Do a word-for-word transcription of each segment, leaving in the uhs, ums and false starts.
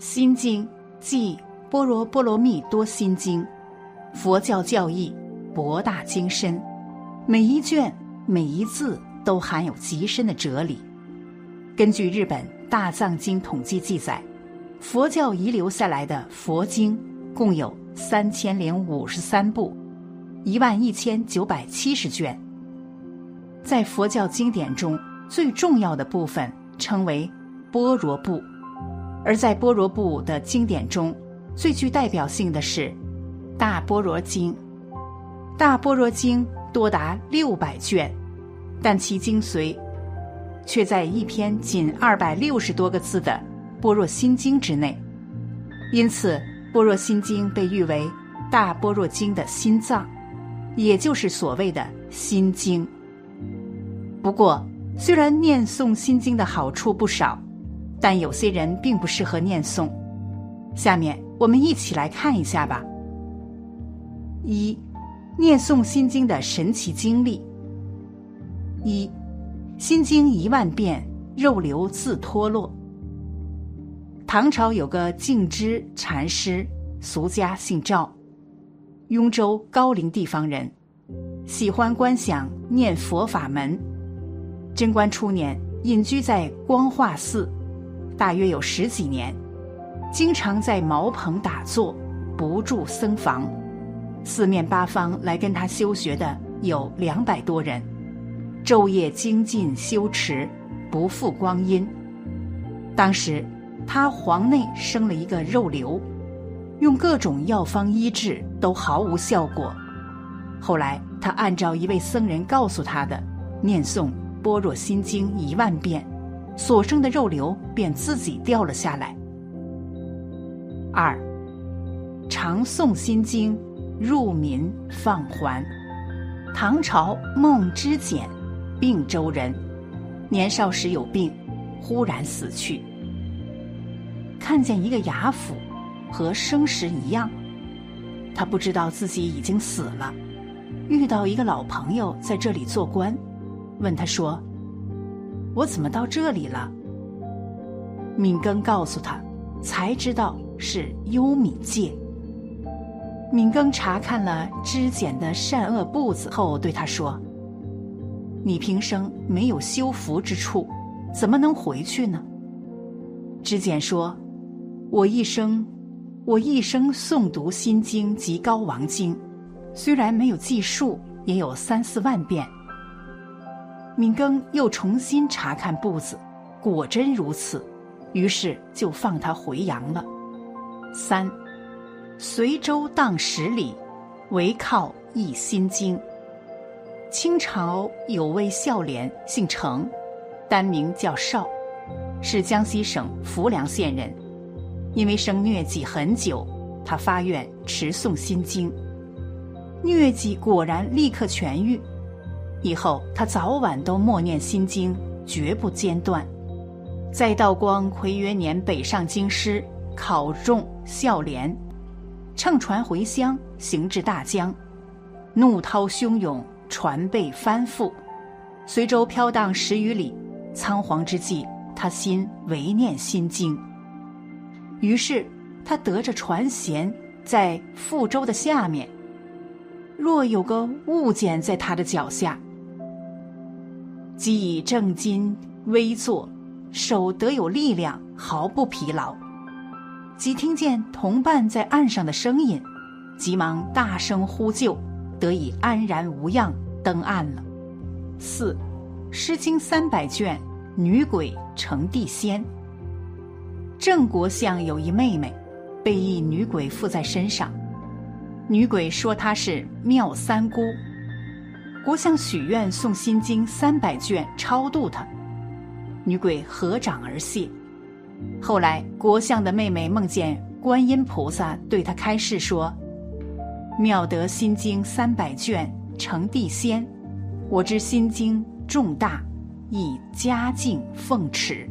心经即般若波罗蜜多心经，佛教教义博大精深，每一卷每一字都含有极深的哲理。根据日本大藏经统计记载，佛教遗留下来的佛经共有三千零五十三部，一万一千九百七十卷。在佛教经典中，最重要的部分称为般若部，而在般若部的经典中，最具代表性的是大般若经。大般若经多达六百卷，但其精髓却在一篇仅二百六十多个字的般若心经之内，因此般若心经被誉为大般若经的心脏，也就是所谓的心经。不过，虽然念诵心经的好处不少，但有些人并不适合念诵。下面我们一起来看一下吧。一、念诵心经的神奇经历。一、心经一万遍，肉瘤自脱落。唐朝有个净知禅师，俗家姓赵，雍州高陵地方人，喜欢观想念佛法门。贞观初年，隐居在光化寺，大约有十几年，经常在茅棚打坐，不住僧房。四面八方来跟他修学的有两百多人，昼夜精进修持，不负光阴。当时他黄内生了一个肉瘤，用各种药方医治都毫无效果。后来他按照一位僧人告诉他的，念诵般若心经一万遍，所生的肉瘤便自己掉了下来。二、常诵心经，入民放还。唐朝孟知简，并州人，年少时有病，忽然死去。看见一个衙府，和生时一样，他不知道自己已经死了。遇到一个老朋友在这里做官，问他说：“我怎么到这里了？”敏庚告诉他，才知道是幽冥界。敏庚查看了知简的善恶簿子后，对他说：“你平生没有修福之处，怎么能回去呢？”知简说：“我一生，我一生诵读心经及高王经，虽然没有计数，也有三四万遍。”敏庚又重新查看簿子，果真如此，于是就放他回阳了。三、随州荡十里，唯靠一心经。清朝有位孝廉，姓程，单名叫绍，是江西省浮梁县人。因为生疟疾很久，他发愿持诵心经，疟疾果然立刻痊愈。以后他早晚都默念心经，绝不间断。在道光癸元年北上京师，考中孝廉，乘船回乡，行至大江，怒涛汹涌，船被翻覆，随舟飘荡十余里，仓皇之际，他心唯念心经。于是他得着船舷，在覆舟的下面，若有个物件在他的脚下，即以正襟微坐，手得有力量，毫不疲劳。即听见同伴在岸上的声音，急忙大声呼救，得以安然无恙登岸了。四、诗经三百卷，女鬼成地仙。郑国相有一妹妹，被一女鬼附在身上，女鬼说她是妙三姑。国相许愿诵心经三百卷超度她，女鬼合掌而谢。后来国相的妹妹梦见观音菩萨对她开示说：“妙得心经三百卷，成地仙。我知心经重大，以嘉敬奉持。”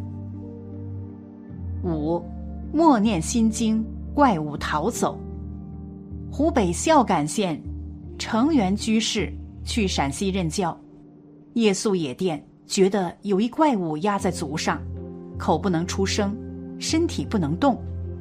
五、默念心经，怪物逃走。湖北孝感县成元居士去陕西任教，夜宿野店，觉得有一怪物压在足上，口不能出声，身体不能动，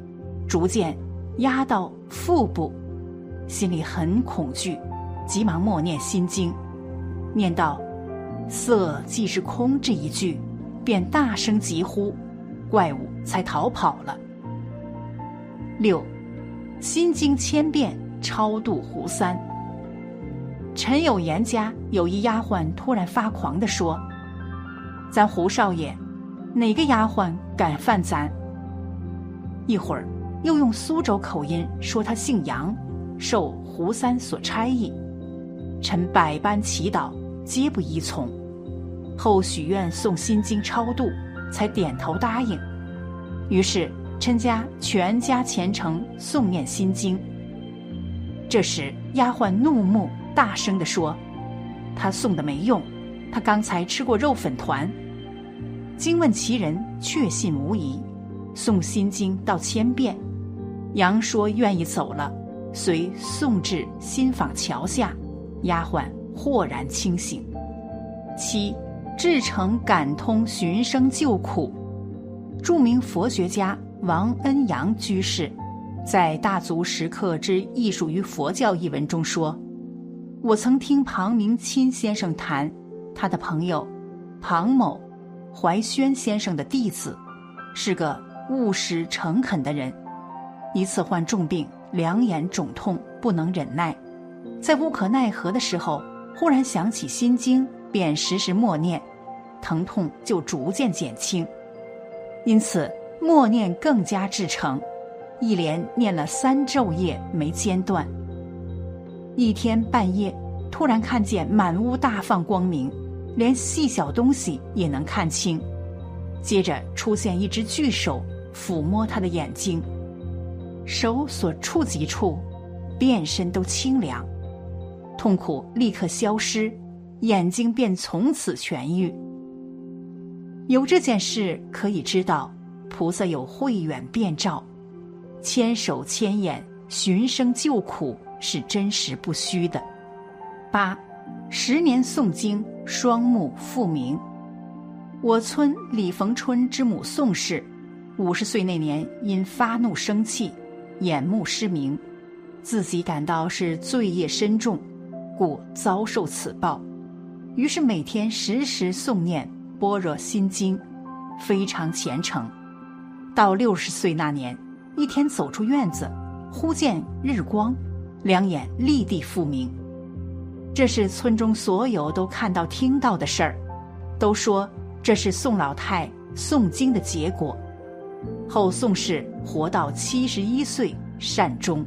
逐渐压到腹部，心里很恐惧，急忙默念心经，念到色即是空这一句，便大声疾呼，怪物才逃跑了。六，心经千遍超度胡三。陈有言家有一丫鬟突然发狂地说，咱胡少爷哪个丫鬟敢犯咱？一会儿又用苏州口音说他姓杨，受胡三所差役。臣百般祈祷，皆不依从，后许愿诵心经超度，才点头答应。于是陈家全家虔诚诵念心经。这时丫鬟怒目大声地说，他诵的没用，他刚才吃过肉粉团。经问其人，确信无疑，诵心经到千遍。杨说愿意走了，遂送至新坊桥下，丫鬟豁然清醒。七，至诚感通寻声救苦。著名佛学家王恩阳居士在《大足石刻之艺术与佛教》一文中说，我曾听庞明钦先生谈，他的朋友庞某，怀轩先生的弟子，是个务实诚恳的人。一次患重病，两眼肿痛，不能忍耐，在无可奈何的时候，忽然想起心经，便时时默念，疼痛就逐渐减轻。因此默念更加至诚，一连念了三昼夜没间断。一天半夜，突然看见满屋大放光明，连细小东西也能看清。接着出现一只巨手抚摸他的眼睛，手所触及处，遍身都清凉，痛苦立刻消失，眼睛便从此痊愈。有这件事可以知道，菩萨有慧远遍照，千手千眼寻声救苦是真实不虚的。八，十年诵经，双目复明。我村李逢春之母宋氏，五十岁那年因发怒生气，眼目失明，自己感到是罪业深重，故遭受此报，于是每天时时诵念般若心经，非常虔诚。到六十岁那年，一天走出院子，忽见日光，两眼立地复明。这是村中所有都看到听到的事儿，都说这是宋老太诵经的结果。后宋氏活到七十一岁善终。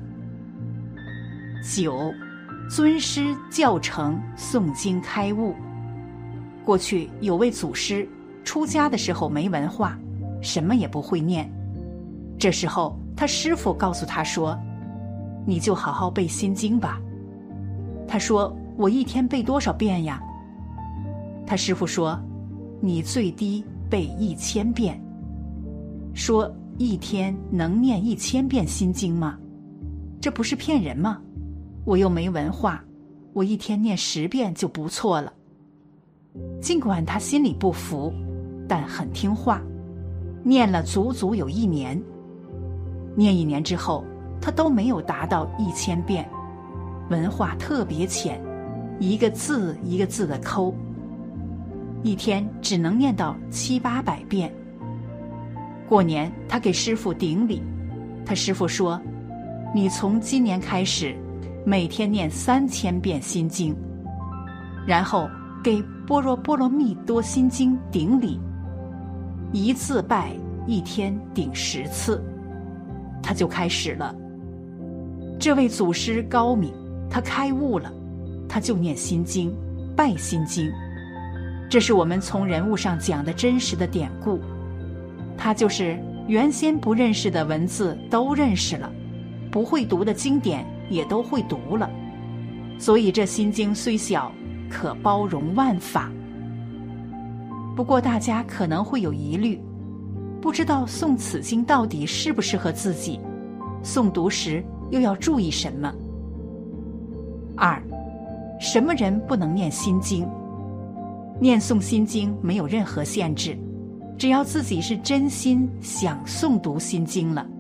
九，尊师教成，诵经开悟。过去有位祖师，出家的时候没文化，什么也不会念。这时候他师父告诉他说，你就好好背心经吧。他说，我一天背多少遍呀？他师父说，你最低背一千遍。说一天能念一千遍心经吗？这不是骗人吗？我又没文化，我一天念十遍就不错了。尽管他心里不服，但很听话，念了足足有一年。念一年之后，他都没有达到一千遍，文化特别浅，一个字一个字的抠，一天只能念到七八百遍。过年他给师父顶礼，他师父说，你从今年开始每天念三千遍心经。然后给般若波罗蜜多心经顶礼，一字拜一天顶十次。他就开始了。这位祖师高明，他开悟了，他就念心经，拜心经。这是我们从人物上讲的真实的典故。他就是原先不认识的文字都认识了，不会读的经典也都会读了。所以这心经虽小，可包容万法。不过大家可能会有疑虑，不知道诵此经到底适不适合自己，诵读时又要注意什么？二，什么人不能念心经？念诵心经没有任何限制，只要自己是真心想诵读心经了，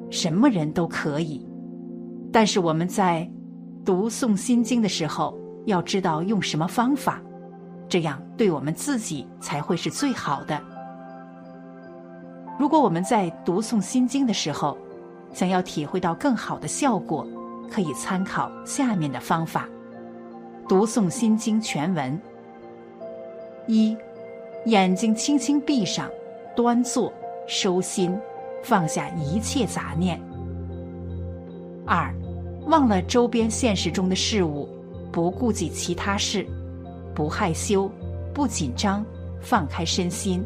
什么人都可以。但是我们在读诵心经的时候，要知道用什么方法，这样对我们自己才会是最好的。如果我们在读诵心经的时候，想要体会到更好的效果，可以参考下面的方法。读诵心经全文：一、眼睛轻轻闭上，端坐，收心，放下一切杂念。二、忘了周边现实中的事物，不顾及其他事，不害羞，不紧张，放开身心。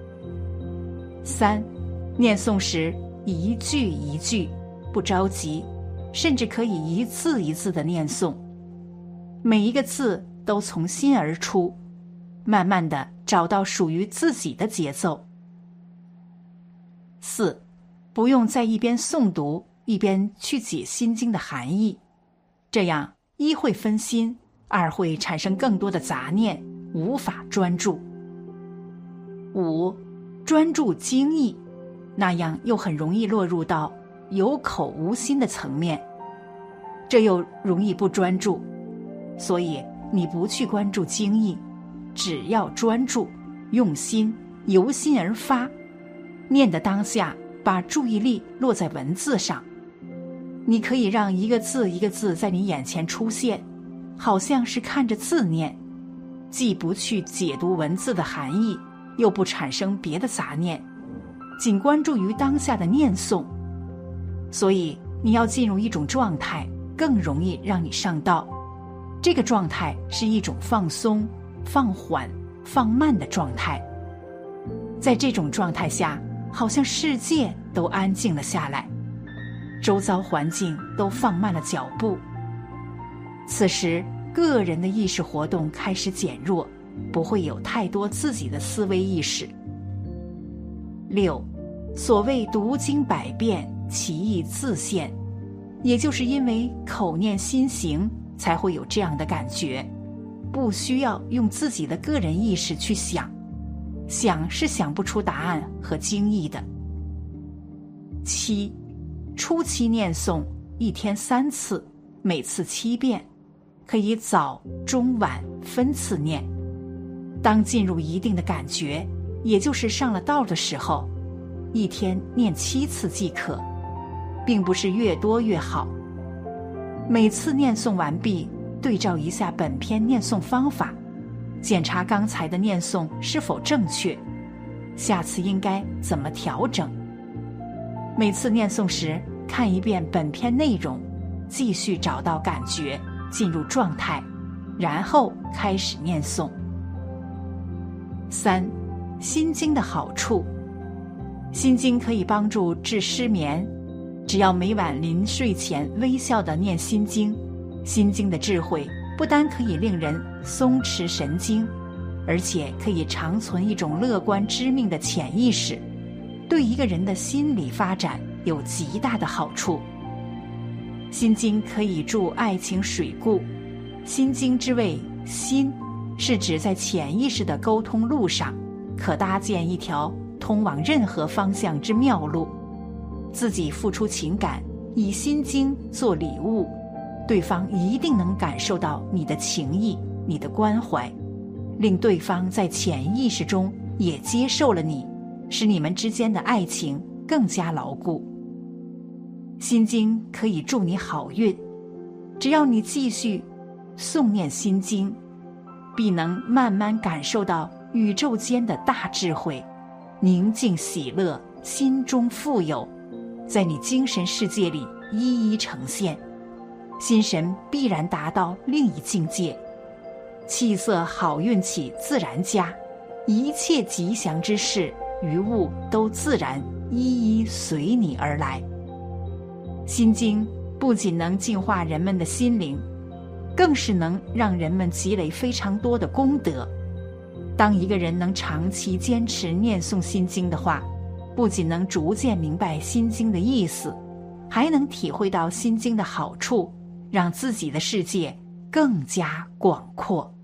三、念诵时一句一句，不着急，甚至可以一字一字的念诵，每一个字都从心而出，慢慢的找到属于自己的节奏。四、不用在一边诵读一边去解心经的含义，这样一会分心，二会产生更多的杂念，无法专注。五、专注经义，那样又很容易落入到有口无心的层面，这又容易不专注。所以你不去关注经义，只要专注用心，由心而发，念的当下把注意力落在文字上。你可以让一个字一个字在你眼前出现，好像是看着字念，既不去解读文字的含义，又不产生别的杂念，仅关注于当下的念诵。所以你要进入一种状态，更容易让你上道。这个状态是一种放松、放缓、放慢的状态。在这种状态下，好像世界都安静了下来，周遭环境都放慢了脚步。此时个人的意识活动开始减弱，不会有太多自己的思维意识。六、所谓读经百遍，其义自现，也就是因为口念心行，才会有这样的感觉，不需要用自己的个人意识去想，想是想不出答案和经义的。七、初期念诵一天三次，每次七遍，可以早中晚分次念。当进入一定的感觉，也就是上了道的时候，一天念七次即可，并不是越多越好。每次念诵完毕，对照一下本篇念诵方法，检查刚才的念诵是否正确，下次应该怎么调整。每次念诵时，看一遍本篇内容，继续找到感觉，进入状态，然后开始念诵。三、心经的好处。心经可以帮助治失眠，只要每晚临睡前微笑地念心经，心经的智慧不单可以令人松弛神经，而且可以长存一种乐观知命的潜意识，对一个人的心理发展有极大的好处。心经可以助爱情水固，心经之谓心，是指在潜意识的沟通路上，可搭建一条通往任何方向之妙路。自己付出情感，以心经做礼物，对方一定能感受到你的情谊，你的关怀，令对方在潜意识中也接受了你，使你们之间的爱情更加牢固。心经可以助你好运，只要你继续诵念心经，必能慢慢感受到宇宙间的大智慧，宁静喜乐，心中富有，在你精神世界里一一呈现，心神必然达到另一境界，气色好运气自然佳，一切吉祥之事于物都自然一一随你而来。心经不仅能净化人们的心灵，更是能让人们积累非常多的功德。当一个人能长期坚持念诵心经的话，不仅能逐渐明白心经的意思，还能体会到心经的好处，让自己的世界更加广阔。